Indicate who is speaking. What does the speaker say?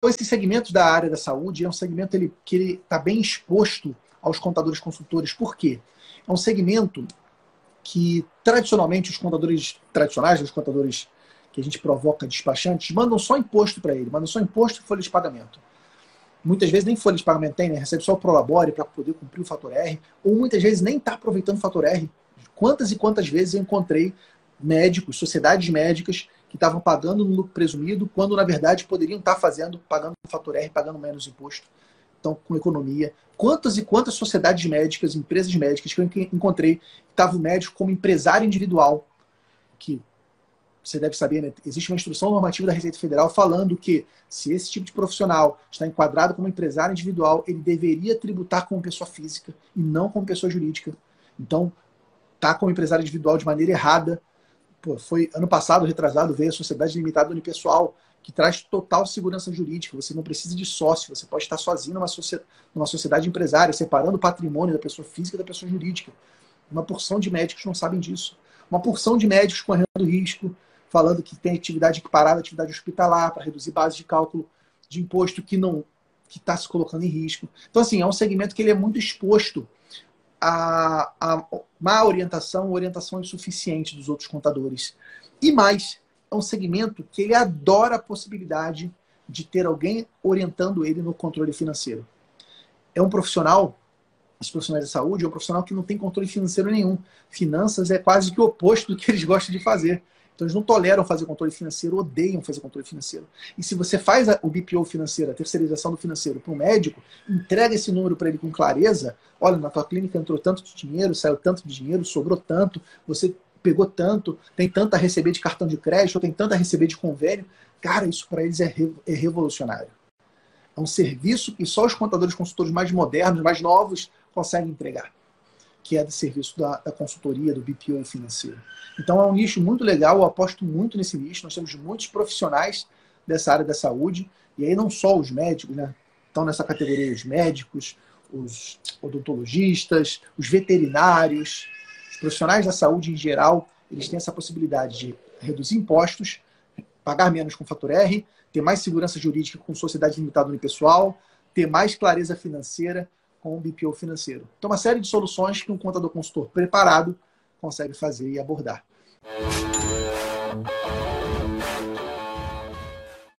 Speaker 1: esse segmento da área da saúde é um segmento que ele está bem exposto aos contadores consultores. Por quê? É um segmento que, tradicionalmente, os contadores tradicionais, os contadores que a gente provoca despachantes, mandam só imposto para ele, mandam só imposto e folha de pagamento. Muitas vezes nem folha de pagamento tem, né? Recebe só o Prolabore para poder cumprir o fator R, ou muitas vezes nem está aproveitando o fator R. Quantas e quantas vezes eu encontrei médicos, sociedades médicas, que estavam pagando no lucro presumido, quando na verdade poderiam estar pagando o fator R, pagando menos imposto. Então, com economia. Quantas e quantas sociedades médicas, empresas médicas que eu encontrei, estava o médico como empresário individual, que você deve saber, né? Existe uma instrução normativa da Receita Federal falando que se esse tipo de profissional está enquadrado como empresário individual, ele deveria tributar como pessoa física e não como pessoa jurídica. Então, tá como empresário individual de maneira errada. Pô, foi ano passado, retrasado, veio a Sociedade Limitada Unipessoal, que traz total segurança jurídica. Você não precisa de sócio, você pode estar sozinho numa sociedade empresária, separando o patrimônio da pessoa física da pessoa jurídica. Uma porção de médicos não sabem disso. Uma porção de médicos correndo risco, falando que tem atividade equiparada, atividade hospitalar, para reduzir base de cálculo de imposto que está se colocando em risco. Então, assim, é um segmento que ele é muito exposto a má orientação insuficiente dos outros contadores. E mais, é um segmento que ele adora a possibilidade de ter alguém orientando ele no controle financeiro. É um profissional, os profissionais da saúde, é um profissional que não tem controle financeiro nenhum. Finanças é quase que o oposto do que eles gostam de fazer. Então eles não toleram fazer controle financeiro, odeiam fazer controle financeiro. E se você faz o BPO financeiro, a terceirização do financeiro para um médico, entrega esse número para ele com clareza, olha, na tua clínica entrou tanto de dinheiro, saiu tanto de dinheiro, sobrou tanto, você pegou tanto, tem tanto a receber de cartão de crédito, ou tem tanto a receber de convênio. Cara, isso para eles é revolucionário. É um serviço que só os contadores consultores mais modernos, mais novos, conseguem entregar, que é do serviço da consultoria, do BPO financeiro. Então é um nicho muito legal, eu aposto muito nesse nicho, nós temos muitos profissionais dessa área da saúde, e aí não só os médicos, né? Estão nessa categoria os médicos, os odontologistas, os veterinários, os profissionais da saúde em geral, eles têm essa possibilidade de reduzir impostos, pagar menos com fator R, ter mais segurança jurídica com sociedade limitada unipessoal, ter mais clareza financeira com o BPO financeiro. Então, uma série de soluções que um contador consultor preparado consegue fazer e abordar.